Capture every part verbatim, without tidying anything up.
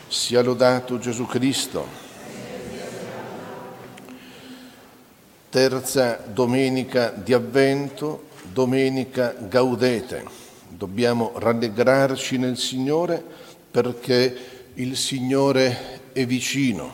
Sia lodato Gesù Cristo. Terza domenica di Avvento, domenica gaudete. Dobbiamo rallegrarci nel Signore perché il Signore è vicino.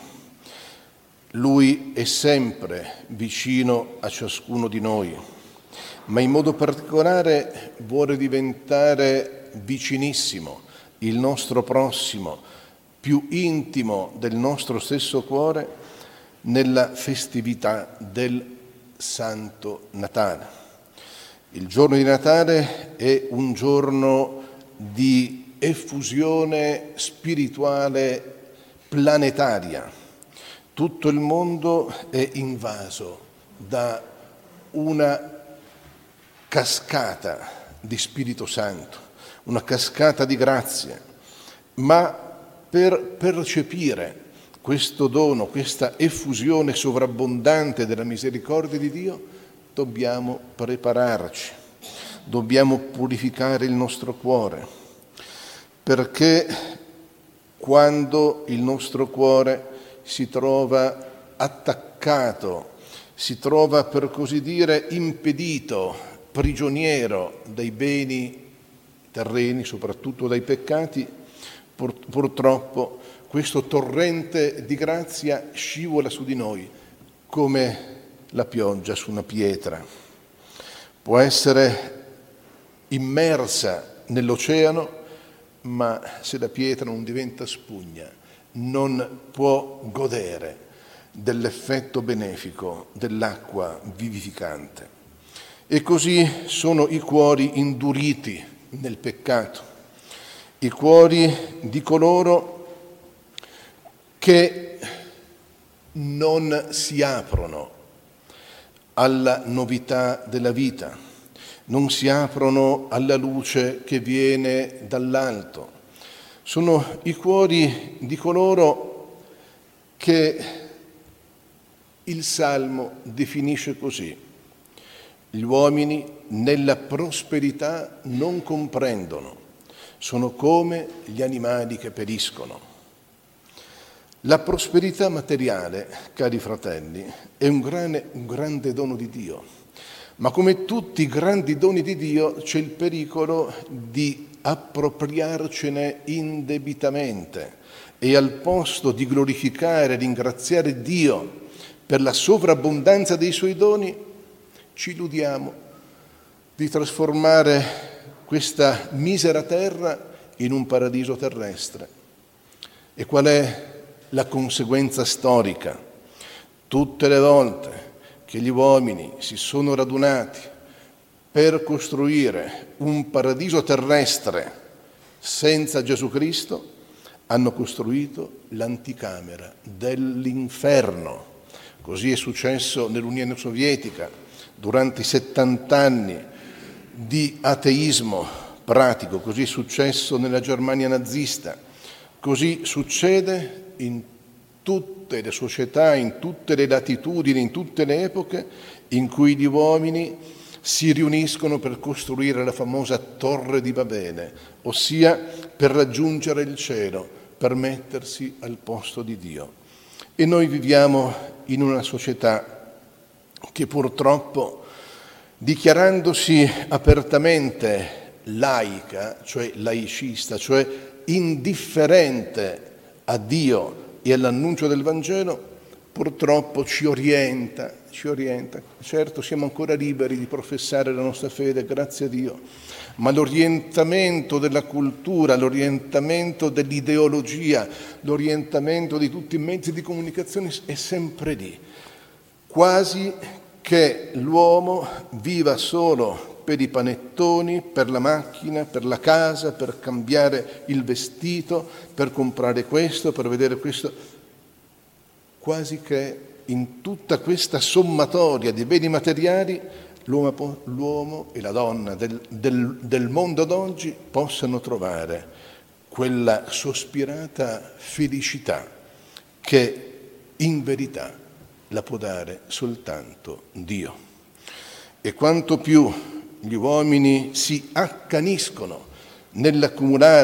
Lui è sempre vicino a ciascuno di noi, ma in modo particolare vuole diventare vicinissimo, il nostro prossimo, più intimo del nostro stesso cuore, nella festività del Santo Natale. Il giorno di Natale è un giorno di effusione spirituale planetaria. Tutto il mondo è invaso da una cascata di Spirito Santo, una cascata di grazie, ma per percepire questo dono, questa effusione sovrabbondante della misericordia di Dio, dobbiamo prepararci, dobbiamo purificare il nostro cuore, perché quando il nostro cuore si trova attaccato, si trova per così dire impedito, prigioniero dai beni terreni, soprattutto dai peccati, pur, purtroppo questo torrente di grazia scivola su di noi come la pioggia su una pietra. Può essere immersa nell'oceano, ma se la pietra non diventa spugna, non può godere dell'effetto benefico dell'acqua vivificante. E così sono i cuori induriti nel peccato, i cuori di coloro che non si aprono alla novità della vita, non si aprono alla luce che viene dall'alto. Sono i cuori di coloro che il Salmo definisce così: gli uomini nella prosperità non comprendono, sono come gli animali che periscono. La prosperità materiale, cari fratelli, è un grande, un grande dono di Dio, ma come tutti i grandi doni di Dio c'è il pericolo di appropriarcene indebitamente e al posto di glorificare e ringraziare Dio per la sovrabbondanza dei suoi doni, ci illudiamo di trasformare questa misera terra in un paradiso terrestre. E qual è la conseguenza storica? Tutte le volte che gli uomini si sono radunati per costruire un paradiso terrestre senza Gesù Cristo, hanno costruito l'anticamera dell'inferno. Così è successo nell'Unione Sovietica durante i settant'anni di ateismo pratico, così è successo nella Germania nazista, così succede in tutte le società, in tutte le latitudini, in tutte le epoche in cui gli uomini si riuniscono per costruire la famosa Torre di Babele, ossia per raggiungere il cielo, per mettersi al posto di Dio. E noi viviamo in una società che purtroppo, dichiarandosi apertamente laica, cioè laicista, cioè indifferente a Dio e all'annuncio del Vangelo, purtroppo ci orienta, ci orienta. Certo, siamo ancora liberi di professare la nostra fede, grazie a Dio, ma l'orientamento della cultura, l'orientamento dell'ideologia, l'orientamento di tutti i mezzi di comunicazione è sempre lì, quasi che l'uomo viva solo per i panettoni, per la macchina, per la casa, per cambiare il vestito, per comprare questo, per vedere questo. Quasi che in tutta questa sommatoria di beni materiali l'uomo, l'uomo e la donna del, del, del mondo d'oggi possano trovare quella sospirata felicità che in verità la può dare soltanto Dio. E quanto più gli uomini si accaniscono nell'accumulare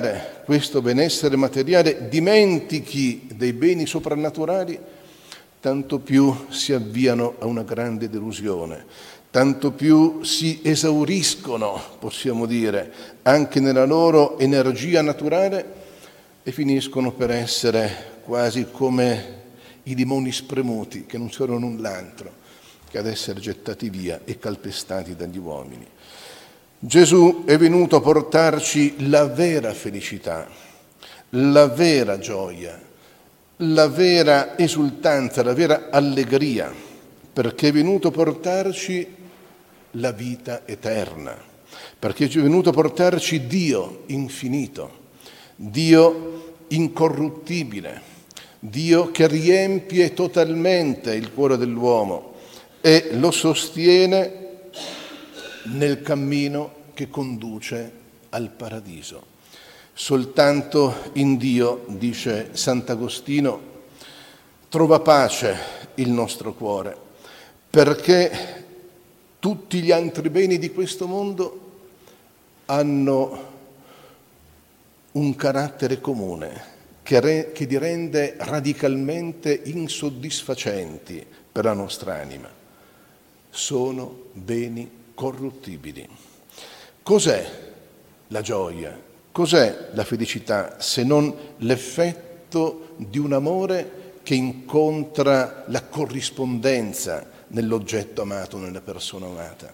questo benessere materiale dimentichi dei beni soprannaturali, tanto più si avviano a una grande delusione, tanto più si esauriscono, possiamo dire, anche nella loro energia naturale e finiscono per essere quasi come i limoni spremuti che non sono null'altro che ad essere gettati via e calpestati dagli uomini. Gesù è venuto a portarci la vera felicità, la vera gioia, la vera esultanza, la vera allegria, perché è venuto a portarci la vita eterna, perché è venuto a portarci Dio infinito, Dio incorruttibile, Dio che riempie totalmente il cuore dell'uomo e lo sostiene nel cammino che conduce al paradiso. Soltanto in Dio, dice Sant'Agostino, trova pace il nostro cuore, perché tutti gli altri beni di questo mondo hanno un carattere comune che, re, che li rende radicalmente insoddisfacenti per la nostra anima. Sono beni corruttibili. Cos'è la gioia? Cos'è la felicità se non l'effetto di un amore che incontra la corrispondenza nell'oggetto amato, nella persona amata?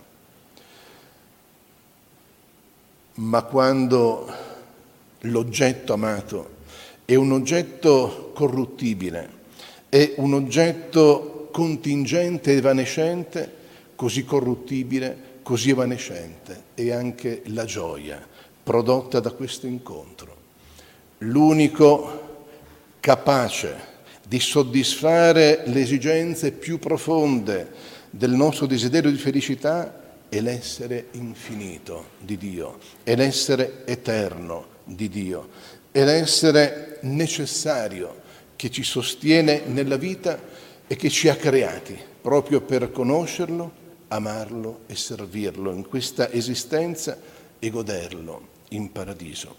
Ma quando l'oggetto amato è un oggetto corruttibile, è un oggetto contingente e evanescente, così corruttibile, così evanescente è anche la gioia prodotta da questo incontro. L'unico capace di soddisfare le esigenze più profonde del nostro desiderio di felicità è l'essere infinito di Dio, è l'essere eterno di Dio, è l'essere necessario che ci sostiene nella vita e che ci ha creati proprio per conoscerlo, amarlo e servirlo in questa esistenza e goderlo in paradiso.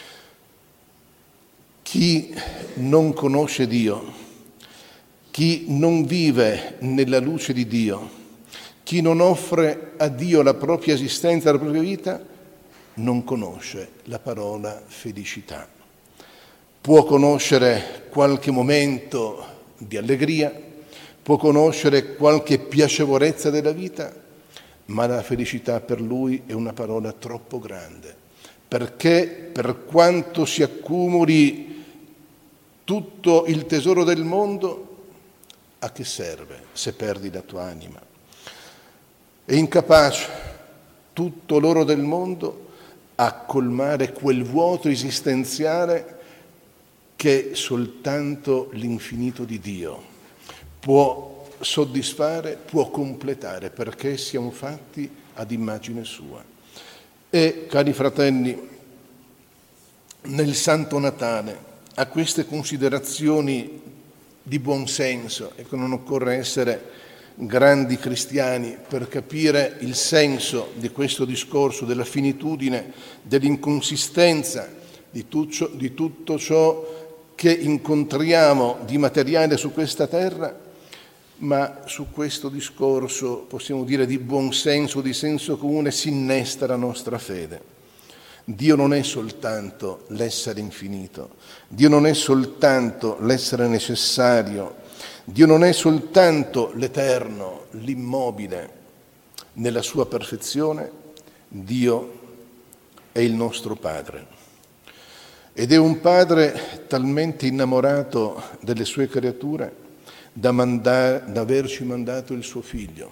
Chi non conosce Dio, chi non vive nella luce di Dio, chi non offre a Dio la propria esistenza, la propria vita, non conosce la parola felicità. Può conoscere qualche momento di allegria, può conoscere qualche piacevolezza della vita, ma la felicità per lui è una parola troppo grande, perché per quanto si accumuli tutto il tesoro del mondo, a che serve se perdi la tua anima? È incapace tutto l'oro del mondo a colmare quel vuoto esistenziale che soltanto l'infinito di Dio può soddisfare, può completare, perché siamo fatti ad immagine sua. E, cari fratelli, nel Santo Natale, a queste considerazioni di buon senso, e che non occorre essere grandi cristiani per capire il senso di questo discorso, della finitudine, dell'inconsistenza di tutto, di tutto ciò che incontriamo di materiale su questa terra, ma su questo discorso, possiamo dire, di buon senso, di senso comune, si innesta la nostra fede. Dio non è soltanto l'essere infinito, Dio non è soltanto l'essere necessario, Dio non è soltanto l'eterno, l'immobile nella sua perfezione, Dio è il nostro Padre. Ed è un Padre talmente innamorato delle sue creature da, mandare, da averci mandato il suo Figlio,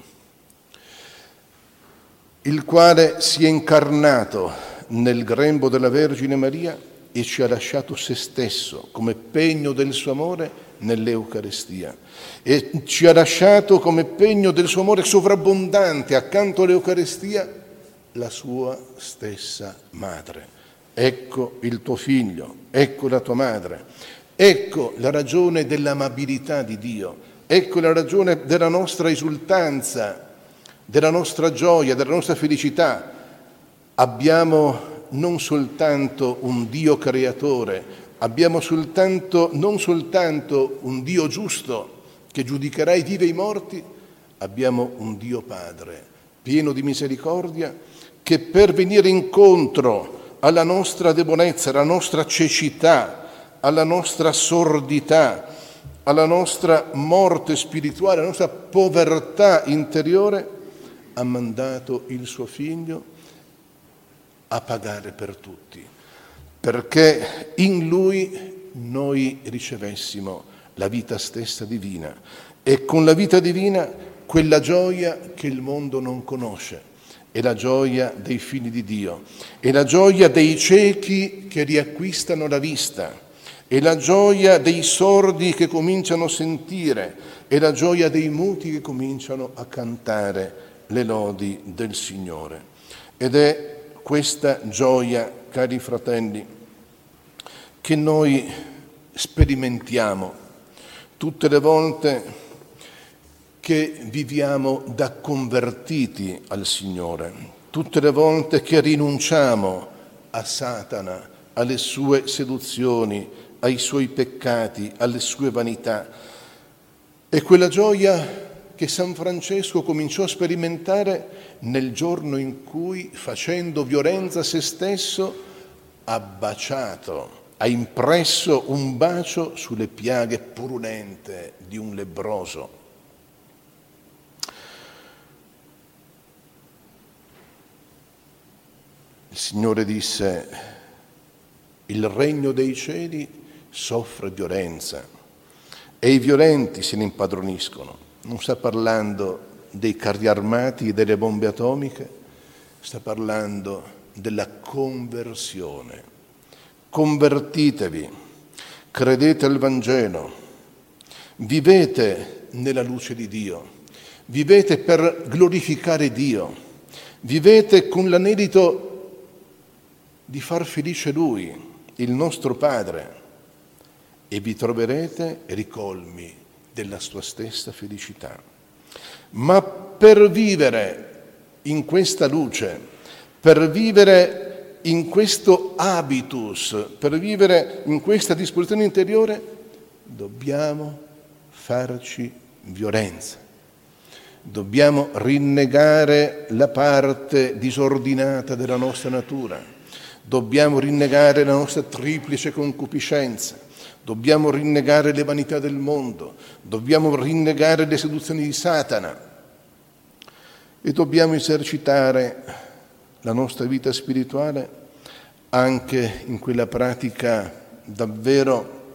il quale si è incarnato nel grembo della Vergine Maria e ci ha lasciato se stesso come pegno del suo amore nell'Eucaristia, e ci ha lasciato come pegno del suo amore sovrabbondante accanto all'Eucaristia la sua stessa madre. Ecco il tuo figlio, ecco la tua madre, ecco la ragione dell'amabilità di Dio, ecco la ragione della nostra esultanza, della nostra gioia, della nostra felicità. Abbiamo non soltanto un Dio creatore, abbiamo soltanto, non soltanto un Dio giusto che giudicherà i vivi e i morti, abbiamo un Dio Padre pieno di misericordia che per venire incontro alla nostra debolezza, alla nostra cecità, alla nostra sordità, alla nostra morte spirituale, alla nostra povertà interiore, ha mandato il suo Figlio a pagare per tutti, perché in Lui noi ricevessimo la vita stessa divina e con la vita divina quella gioia che il mondo non conosce, è la gioia dei figli di Dio, è la gioia dei ciechi che riacquistano la vista, è la gioia dei sordi che cominciano a sentire, è la gioia dei muti che cominciano a cantare le lodi del Signore. Ed è questa gioia, cari fratelli, che noi sperimentiamo tutte le volte che viviamo da convertiti al Signore, tutte le volte che rinunciamo a Satana, alle sue seduzioni, ai suoi peccati, alle sue vanità. È quella gioia che San Francesco cominciò a sperimentare nel giorno in cui, facendo violenza a se stesso, ha baciato, ha impresso un bacio sulle piaghe purulente di un lebbroso. Il Signore disse: il regno dei cieli soffre violenza e i violenti se ne impadroniscono. Non sta parlando dei carri armati e delle bombe atomiche, sta parlando della conversione. Convertitevi, credete al Vangelo, vivete nella luce di Dio, vivete per glorificare Dio, vivete con l'anelito di far felice Lui, il nostro Padre, e vi troverete ricolmi della sua stessa felicità. Ma per vivere in questa luce, per vivere in questo habitus, per vivere in questa disposizione interiore, dobbiamo farci violenza. Dobbiamo rinnegare la parte disordinata della nostra natura. Dobbiamo rinnegare la nostra triplice concupiscenza. Dobbiamo rinnegare le vanità del mondo, dobbiamo rinnegare le seduzioni di Satana e dobbiamo esercitare la nostra vita spirituale anche in quella pratica davvero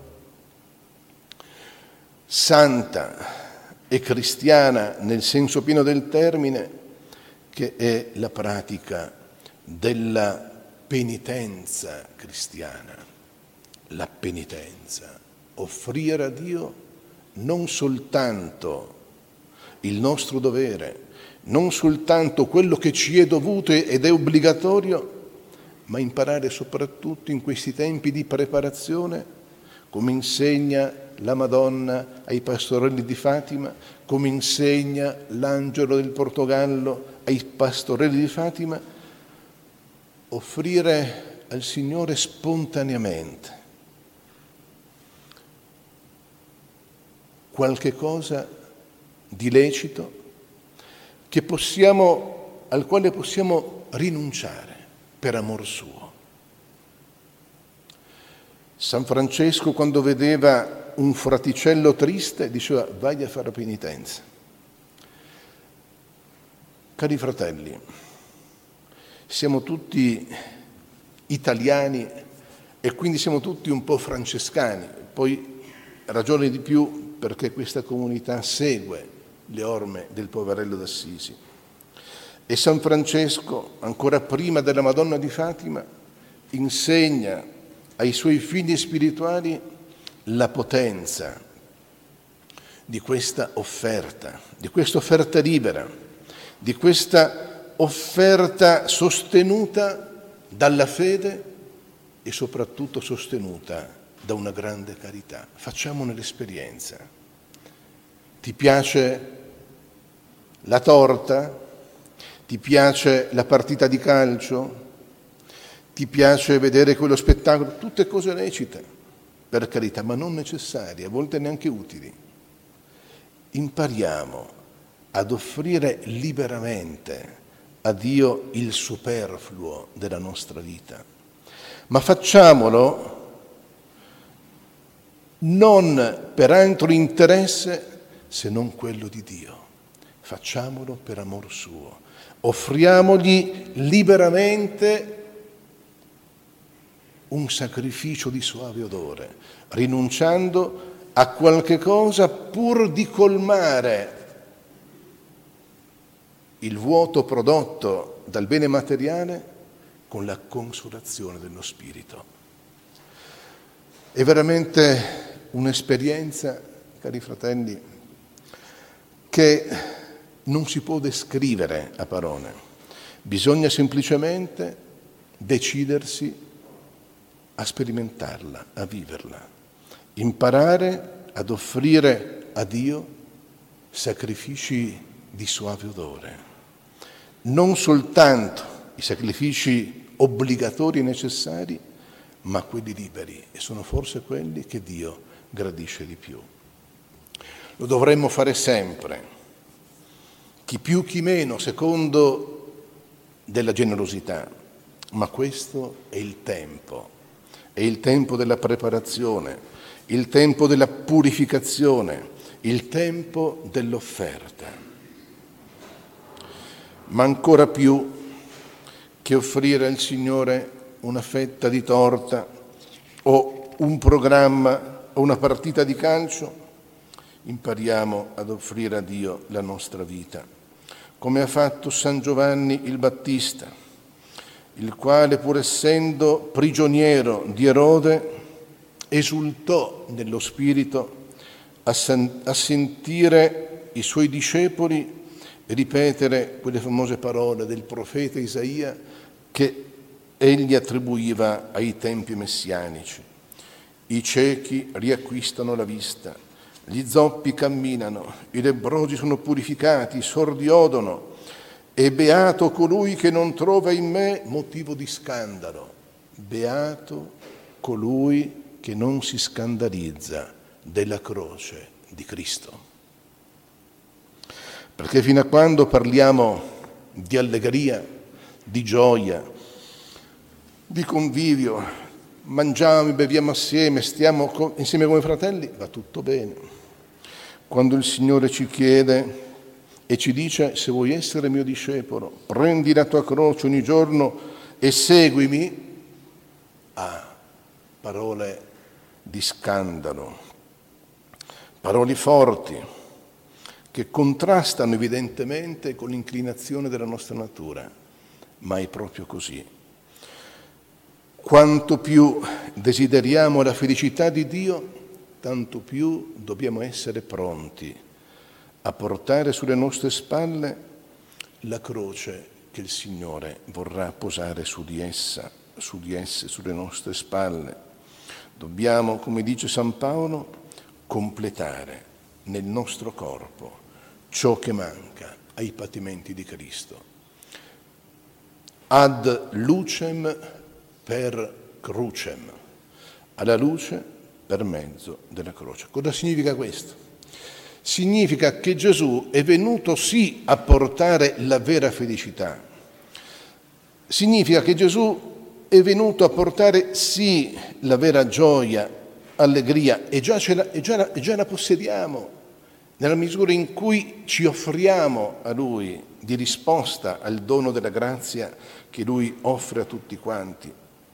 santa e cristiana nel senso pieno del termine, che è la pratica della penitenza cristiana. La penitenza, offrire a Dio non soltanto il nostro dovere, non soltanto quello che ci è dovuto ed è obbligatorio, ma imparare soprattutto in questi tempi di preparazione, come insegna la Madonna ai pastorelli di Fatima, come insegna l'angelo del Portogallo ai pastorelli di Fatima, offrire al Signore spontaneamente qualche cosa di lecito che possiamo, al quale possiamo rinunciare per amor suo. San Francesco, quando vedeva un fraticello triste, diceva: vai a fare penitenza. Cari fratelli, siamo tutti italiani e quindi siamo tutti un po' francescani, poi ragione di più perché questa comunità segue le orme del poverello d'Assisi. E San Francesco, ancora prima della Madonna di Fatima, insegna ai suoi figli spirituali la potenza di questa offerta, di questa offerta libera, di questa offerta sostenuta dalla fede e soprattutto sostenuta da una grande carità. Facciamone l'esperienza. Ti piace la torta? Ti piace la partita di calcio? ti piace vedere quello spettacolo, tutte cose lecite, per carità, ma non necessarie, a volte neanche utili. Impariamo ad offrire liberamente a Dio il superfluo della nostra vita, ma facciamolo non per altro interesse se non quello di Dio. Facciamolo per amor suo. Offriamogli liberamente un sacrificio di suave odore, rinunciando a qualche cosa pur di colmare il vuoto prodotto dal bene materiale con la consolazione dello spirito. È veramente un'esperienza, cari fratelli, che non si può descrivere a parole. Bisogna semplicemente decidersi a sperimentarla, a viverla, imparare ad offrire a Dio sacrifici di suave odore. Non soltanto i sacrifici obbligatori e necessari, ma quelli liberi, e sono forse quelli che Dio gradisce di più. Lo dovremmo fare sempre, chi più chi meno, secondo della generosità, ma questo è il tempo, è il tempo della preparazione, il tempo della purificazione, il tempo dell'offerta. Ma ancora più che offrire al Signore una fetta di torta o un programma o una partita di calcio, impariamo ad offrire a Dio la nostra vita, come ha fatto San Giovanni il Battista, il quale, pur essendo prigioniero di Erode, esultò nello spirito a, san- a sentire i suoi discepoli ripetere quelle famose parole del profeta Isaia che egli attribuiva ai tempi messianici. I ciechi riacquistano la vista, gli zoppi camminano, i lebbrosi sono purificati, i sordi odono, e beato colui che non trova in me motivo di scandalo. Beato colui che non si scandalizza della croce di Cristo. Perché fino a quando parliamo di allegria, di gioia, di convivio, mangiamo e beviamo assieme, stiamo insieme come fratelli, va tutto bene. Quando il Signore ci chiede e ci dice: se vuoi essere mio discepolo, prendi la tua croce ogni giorno e seguimi, ah, parole di scandalo, parole forti, che contrastano evidentemente con l'inclinazione della nostra natura, ma è proprio così. Quanto più desideriamo la felicità di Dio, tanto più dobbiamo essere pronti a portare sulle nostre spalle la croce che il Signore vorrà posare su di essa, su di esse, sulle nostre spalle. Dobbiamo, come dice San Paolo, completare nel nostro corpo ciò che manca ai patimenti di Cristo. Ad lucem per crucem, alla luce per mezzo della croce. Cosa significa questo? Significa che Gesù è venuto sì a portare la vera felicità. Significa che Gesù è venuto a portare sì la vera gioia, allegria, e già, ce la, e già, la, e già la possediamo, nella misura in cui ci offriamo a Lui di risposta al dono della grazia che Lui offre a tutti quanti.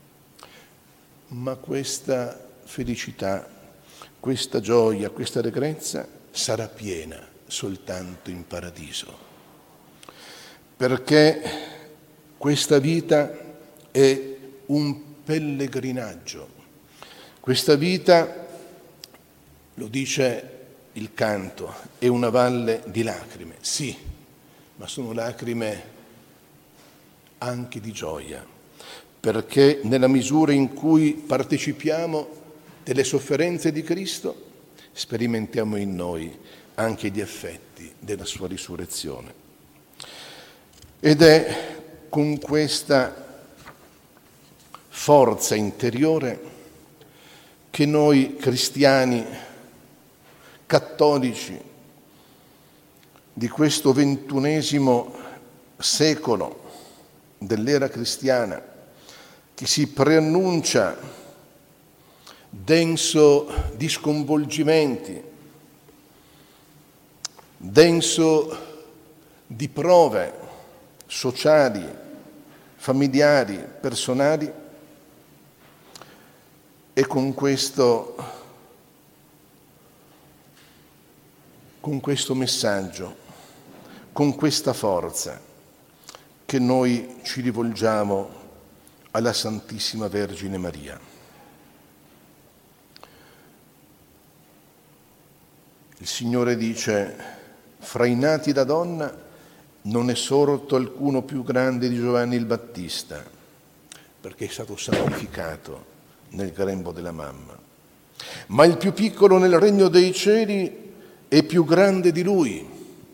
Ma questa felicità, questa gioia, questa allegrezza sarà piena soltanto in paradiso, perché questa vita è un pellegrinaggio. Questa vita, lo dice il canto, è una valle di lacrime, sì, ma sono lacrime anche di gioia, perché nella misura in cui partecipiamo delle sofferenze di Cristo, sperimentiamo in noi anche gli effetti della sua risurrezione. Ed è con questa forza interiore che noi cristiani cattolici di questo ventunesimo secolo dell'era cristiana, che si preannuncia denso di sconvolgimenti, denso di prove sociali, familiari, personali, e con questo, con questo messaggio, con questa forza che noi ci rivolgiamo alla Santissima Vergine Maria. Il Signore dice: fra i nati da donna non è sorto alcuno più grande di Giovanni il Battista, perché è stato santificato nel grembo della mamma. Ma il più piccolo nel regno dei cieli è più grande di lui.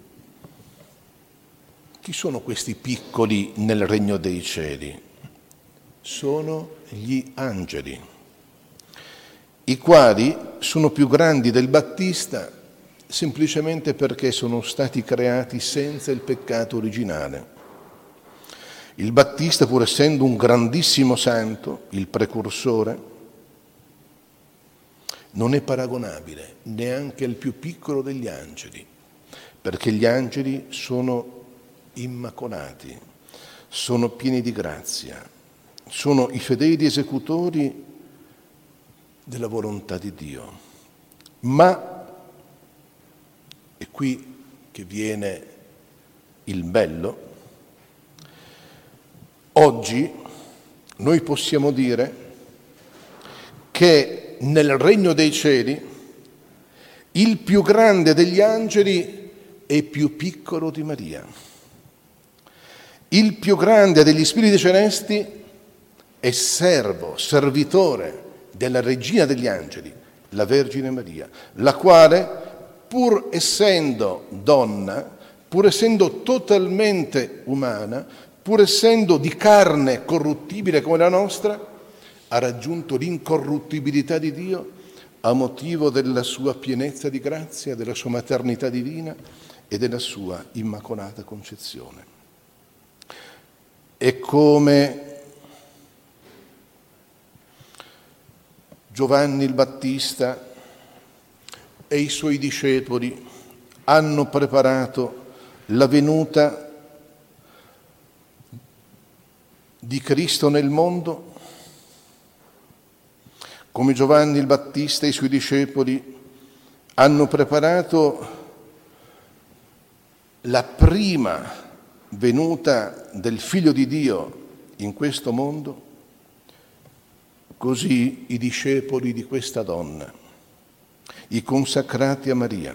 Chi sono questi piccoli nel regno dei cieli? Sono gli angeli, i quali sono più grandi del Battista semplicemente perché sono stati creati senza il peccato originale. Il Battista, pur essendo un grandissimo santo, il precursore, non è paragonabile neanche al più piccolo degli angeli, perché gli angeli sono immacolati, sono pieni di grazia, sono i fedeli esecutori della volontà di Dio. Ma è qui che viene il bello. Oggi noi possiamo dire che nel regno dei cieli il più grande degli angeli è più piccolo di Maria. Il più grande degli spiriti celesti è servo, servitore della regina degli angeli, la Vergine Maria, la quale, pur essendo donna, pur essendo totalmente umana, pur essendo di carne corruttibile come la nostra, ha raggiunto l'incorruttibilità di Dio a motivo della sua pienezza di grazia, della sua maternità divina e della sua immacolata concezione. E come Giovanni il Battista e i suoi discepoli hanno preparato la venuta di Cristo nel mondo, come Giovanni il Battista e i suoi discepoli hanno preparato la prima venuta del Figlio di Dio in questo mondo, così i discepoli di questa donna, i consacrati a Maria,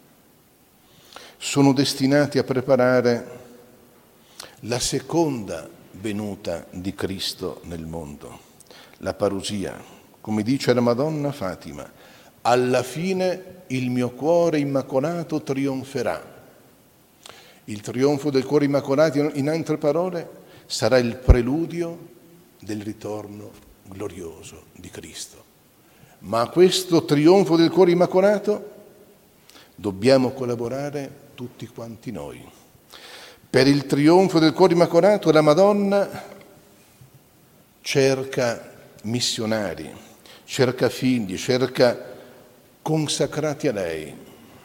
sono destinati a preparare la seconda venuta di Cristo nel mondo, la parusia. Come dice la Madonna Fatima, alla fine il mio cuore immacolato trionferà. Il trionfo del cuore immacolato, in altre parole, sarà il preludio del ritorno glorioso di Cristo. Ma a questo trionfo del cuore immacolato dobbiamo collaborare tutti quanti noi. Per il trionfo del cuore immacolato la Madonna cerca missionari, cerca figli, cerca consacrati a lei.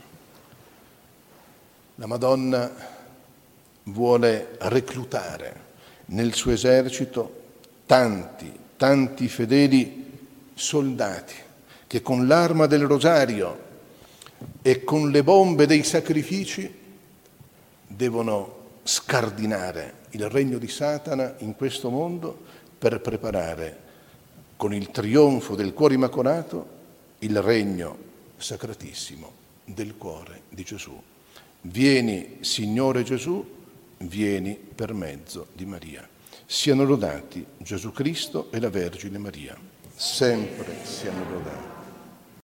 La Madonna vuole reclutare nel suo esercito tanti, tanti fedeli soldati che con l'arma del rosario e con le bombe dei sacrifici devono scardinare il regno di Satana in questo mondo per preparare con il trionfo del cuore immacolato il regno sacratissimo del cuore di Gesù. Vieni, Signore Gesù, vieni per mezzo di Maria. Siano lodati Gesù Cristo e la Vergine Maria. Sempre siano lodati.